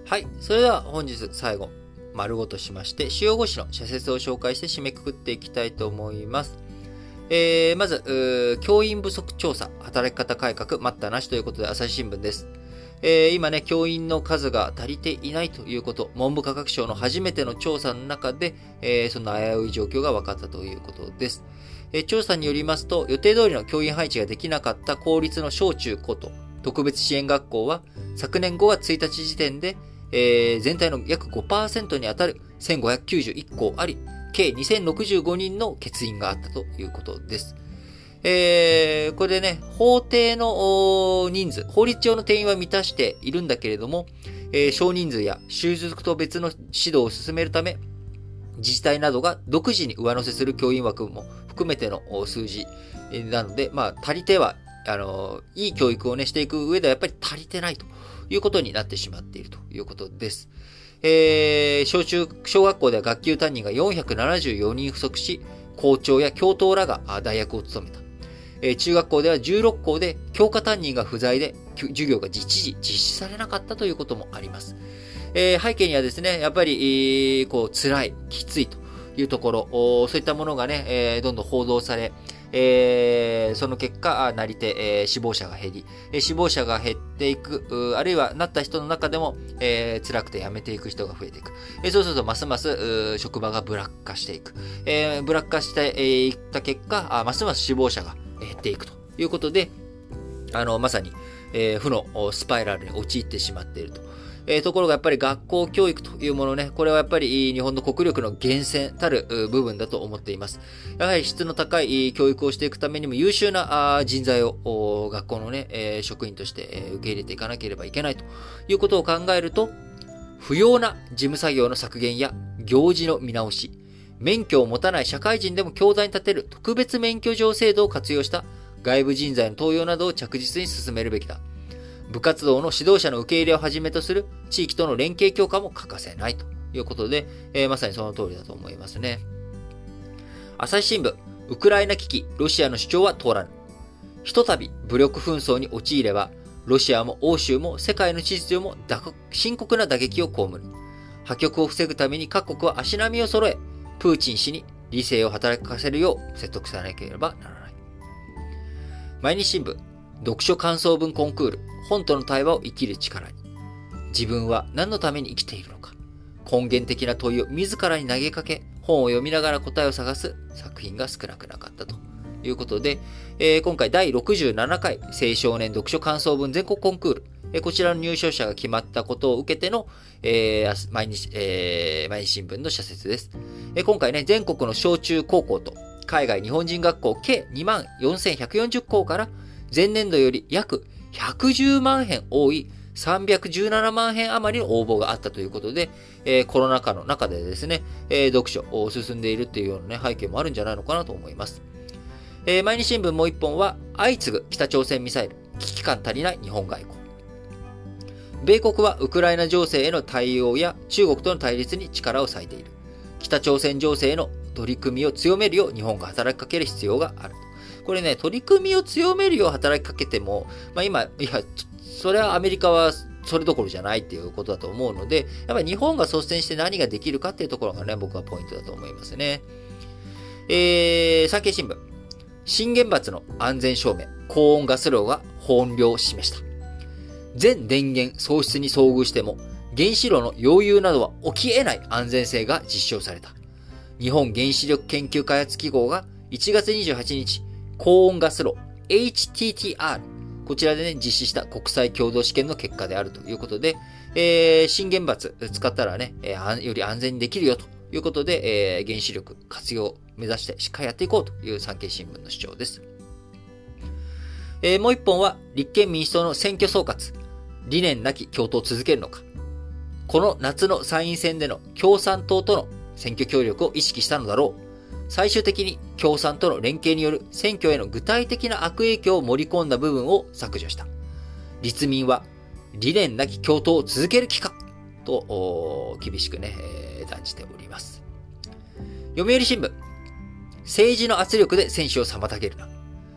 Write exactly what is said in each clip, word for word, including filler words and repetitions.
はい。それでは本日最後、丸ごとしまして、主要語詞の社説を紹介して締めくくっていきたいと思います。えー、まず、教員不足調査、働き方改革、待ったなしということで、朝日新聞です。えー、今ね、教員の数が足りていないということ、文部科学省の初めての調査の中で、えー、その危うい状況が分かったということです。えー、調査によりますと、予定通りの教員配置ができなかった公立の小中高と特別支援学校は、昨年ごがつついたち時点で、えー、全体の約 ごパーセント に当たるせんごひゃくきゅうじゅういっこうあり、計にせんろくじゅうごにんの欠員があったということです。えー、これでね、法定の人数、法律上の定員は満たしているんだけれども、えー、少人数や習熟と別の指導を進めるため、自治体などが独自に上乗せする教員枠も含めての数字なので、まあ、足りては、あの、いい教育をね、していく上ではやっぱり足りてないということになってしまっているということです。えー、小中、小学校では学級担任がよんひゃくななじゅうよにん不足し、校長や教頭らが代役を務めた。えー、中学校ではじゅうろっこうで教科担任が不在で、授業が一時実施されなかったということもあります。えー、背景にはですね、やっぱり、えー、こう、辛い、きついというところ、そういったものがね、えー、どんどん報道され、えー、その結果、なり手、えー、死亡者が減り、えー、死亡者が減っていく、あるいはなった人の中でも、えー、辛くて辞めていく人が増えていく。えー、そうすると、ますます職場がブラック化していく。えー、ブラック化していった結果、ますます死亡者が減っていくということで、あの、まさに、えー、負のスパイラルに陥ってしまっていると。えー、ところがやっぱり学校教育というものね、これはやっぱり日本の国力の源泉たる部分だと思っています。やはり質の高い教育をしていくためにも優秀な人材を学校のね、えー、職員として受け入れていかなければいけないということを考えると、不要な事務作業の削減や行事の見直し、免許を持たない社会人でも教材に立てる特別免許状制度を活用した外部人材の登用などを着実に進めるべきだ。部活動の指導者の受け入れをはじめとする地域との連携強化も欠かせないということで、えー、まさにその通りだと思いますね。朝日新聞、ウクライナ危機、ロシアの主張は通らぬ。ひとたび武力紛争に陥れば、ロシアも欧州も世界の秩序も深刻な打撃を被る。破局を防ぐために各国は足並みを揃え、プーチン氏に理性を働かせるよう説得さなければならない。毎日新聞、読書感想文コンクール、本との対話を生きる力に。自分は何のために生きているのか。根源的な問いを自らに投げかけ、本を読みながら答えを探す作品が少なくなかったということで、えー、今回だいろくじゅうななかい青少年読書感想文全国コンクール、えー、こちらの入賞者が決まったことを受けての、えー、毎日、えー、毎日新聞の社説です。えー、今回ね、全国の小中高校と海外日本人学校計 にまんよんせんひゃくよんじゅっこうから前年度より約ひゃくじゅうまんへん多いさんびゃくじゅうななまんへん余りの応募があったということで、えー、コロナ禍の中でですね、えー、読書を進んでいるっていうような、ね、背景もあるんじゃないのかなと思います。えー、毎日新聞もう一本は、相次ぐ北朝鮮ミサイル、危機感足りない日本外交。米国はウクライナ情勢への対応や中国との対立に力を割いている。北朝鮮情勢への取り組みを強めるよう日本が働きかける必要がある。これね、取り組みを強めるよう働きかけても、まあ今、いや、それはアメリカはそれどころじゃないっていうことだと思うので、やっぱり日本が率先して何ができるかっていうところがね、僕はポイントだと思いますね。えー、産経新聞。新原発の安全証明、高温ガス炉が本領を示した。全電源喪失に遭遇しても、原子炉の溶融などは起き得ない安全性が実証された。日本原子力研究開発機構がいちがつにじゅうはちにち、高温ガス炉 エイチティーティーアール、こちらでね、実施した国際共同試験の結果であるということで、えー、新原発使ったらね、えー、より安全にできるよということで、えー、原子力活用を目指してしっかりやっていこうという産経新聞の主張です。えー、もう一本は立憲民主党の選挙総括。理念なき共闘を続けるのか。この夏の参院選での共産党との選挙協力を意識したのだろう。最終的に共産との連携による選挙への具体的な悪影響を盛り込んだ部分を削除した。立民は理念なき共闘を続ける気かと厳しくね、えー、断じております。読売新聞。政治の圧力で選手を妨げるな。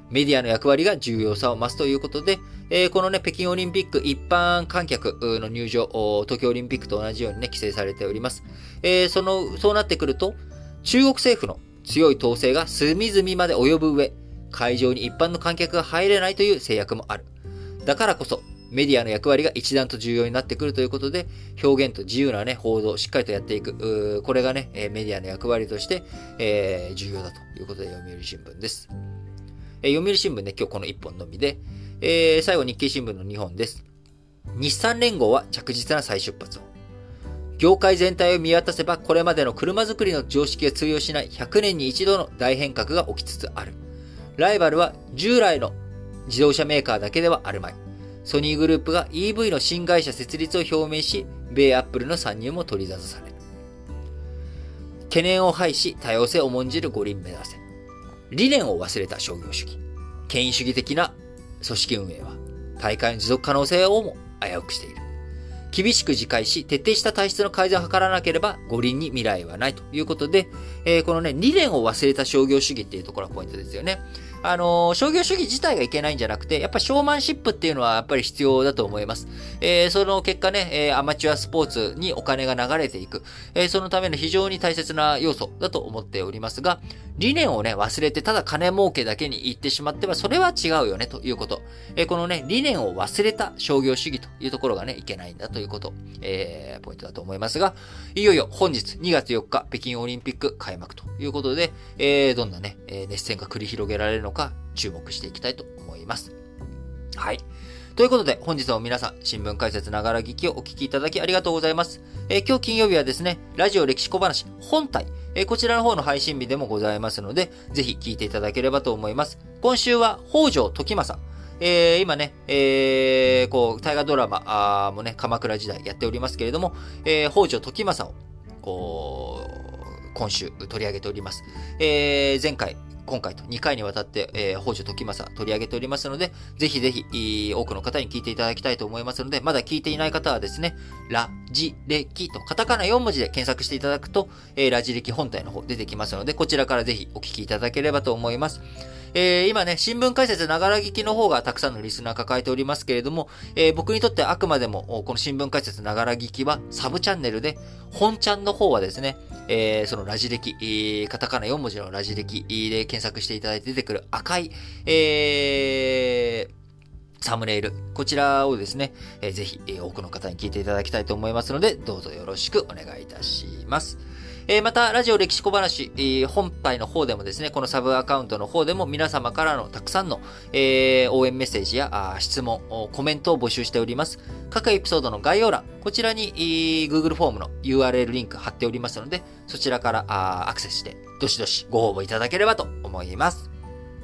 メディアの役割が重要さを増すということで、えー、このね、北京オリンピック一般観客の入場、東京オリンピックと同じようにね、規制されております。えー、その、そうなってくると、中国政府の強い統制が隅々まで及ぶ上、会場に一般の観客が入れないという制約もある。だからこそ、メディアの役割が一段と重要になってくるということで、表現と自由なね、報道をしっかりとやっていく。これがね、メディアの役割として、えー、重要だということで、読売新聞です。えー、読売新聞ね、今日このいっぽんのみで、えー、最後日経新聞のにほんです。日産連合は着実な再出発を。業界全体を見渡せば、これまでの車作りの常識が通用しないひゃくねんに一度の大変革が起きつつある。ライバルは従来の自動車メーカーだけではあるまい。ソニーグループが イーブイ の新会社設立を表明し、米アップルの参入も取り沙汰される。懸念を排し、多様性を重んじる五輪目指せ。理念を忘れた商業主義。権威主義的な組織運営は、大会の持続可能性をも危うくしている。厳しく自戒し、徹底した体質の改善を図らなければ、五輪に未来はないということで、えー、このね、理念を忘れた商業主義っていうところがポイントですよね。あのー、商業主義自体がいけないんじゃなくて、やっぱりショーマンシップっていうのはやっぱり必要だと思います。えー、その結果ね、えー、アマチュアスポーツにお金が流れていく、えー、そのための非常に大切な要素だと思っておりますが、理念をね、忘れてただ金儲けだけに行ってしまっては、それは違うよね、ということ。えー、このね、理念を忘れた商業主義というところがね、いけないんだということ、えー、ポイントだと思いますが、いよいよ本日にがつよっか、北京オリンピック開幕ということで、えー、どんなね、熱戦が繰り広げられるのか、注目していきたいと思います。はい。ということで、本日も皆さん、新聞解説ながら聞きをお聞きいただきありがとうございます。えー、今日金曜日はですね、ラジオ歴史小話本体、えー、こちらの方の配信日でもございますので、ぜひ聞いていただければと思います。今週は北条時政。えー、今ね、えー、こう、大河ドラマあもね、鎌倉時代やっておりますけれども、えー、北条時政を、こう、今週取り上げております。えー、前回、今回とにかいにわたって、えー、北条時政取り上げておりますので、ぜひぜひ、多くの方に聞いていただきたいと思いますので、まだ聞いていない方はですね、ラジレキとカタカナよんもじで検索していただくと、えー、ラジレキ本体の方出てきますので、こちらからぜひお聞きいただければと思います。えー、今ね、新聞解説ながら聞きの方がたくさんのリスナー抱えておりますけれども、えー、僕にとってあくまでも、この新聞解説ながら聞きはサブチャンネルで、本チャンの方はですね、えー、そのラジ歴、えー、カタカナよんもじのラジ歴で検索していただいて出てくる赤い、えー、サムネイル。こちらをですね、えー、ぜひ、えー、多くの方に聞いていただきたいと思いますので、どうぞよろしくお願いいたします。えー、また、ラジオ歴史小話、えー、本体の方でもですね、このサブアカウントの方でも皆様からのたくさんの、えー、応援メッセージや質問、コメントを募集しております。各エピソードの概要欄、こちらに、えー、Google フォームの ユーアールエル リンク貼っておりますので、そちらからあアクセスして、どしどしご応募いただければと思います。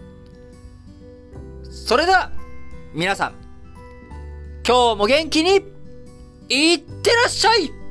それでは、皆さん、今日も元気に、いってらっしゃい。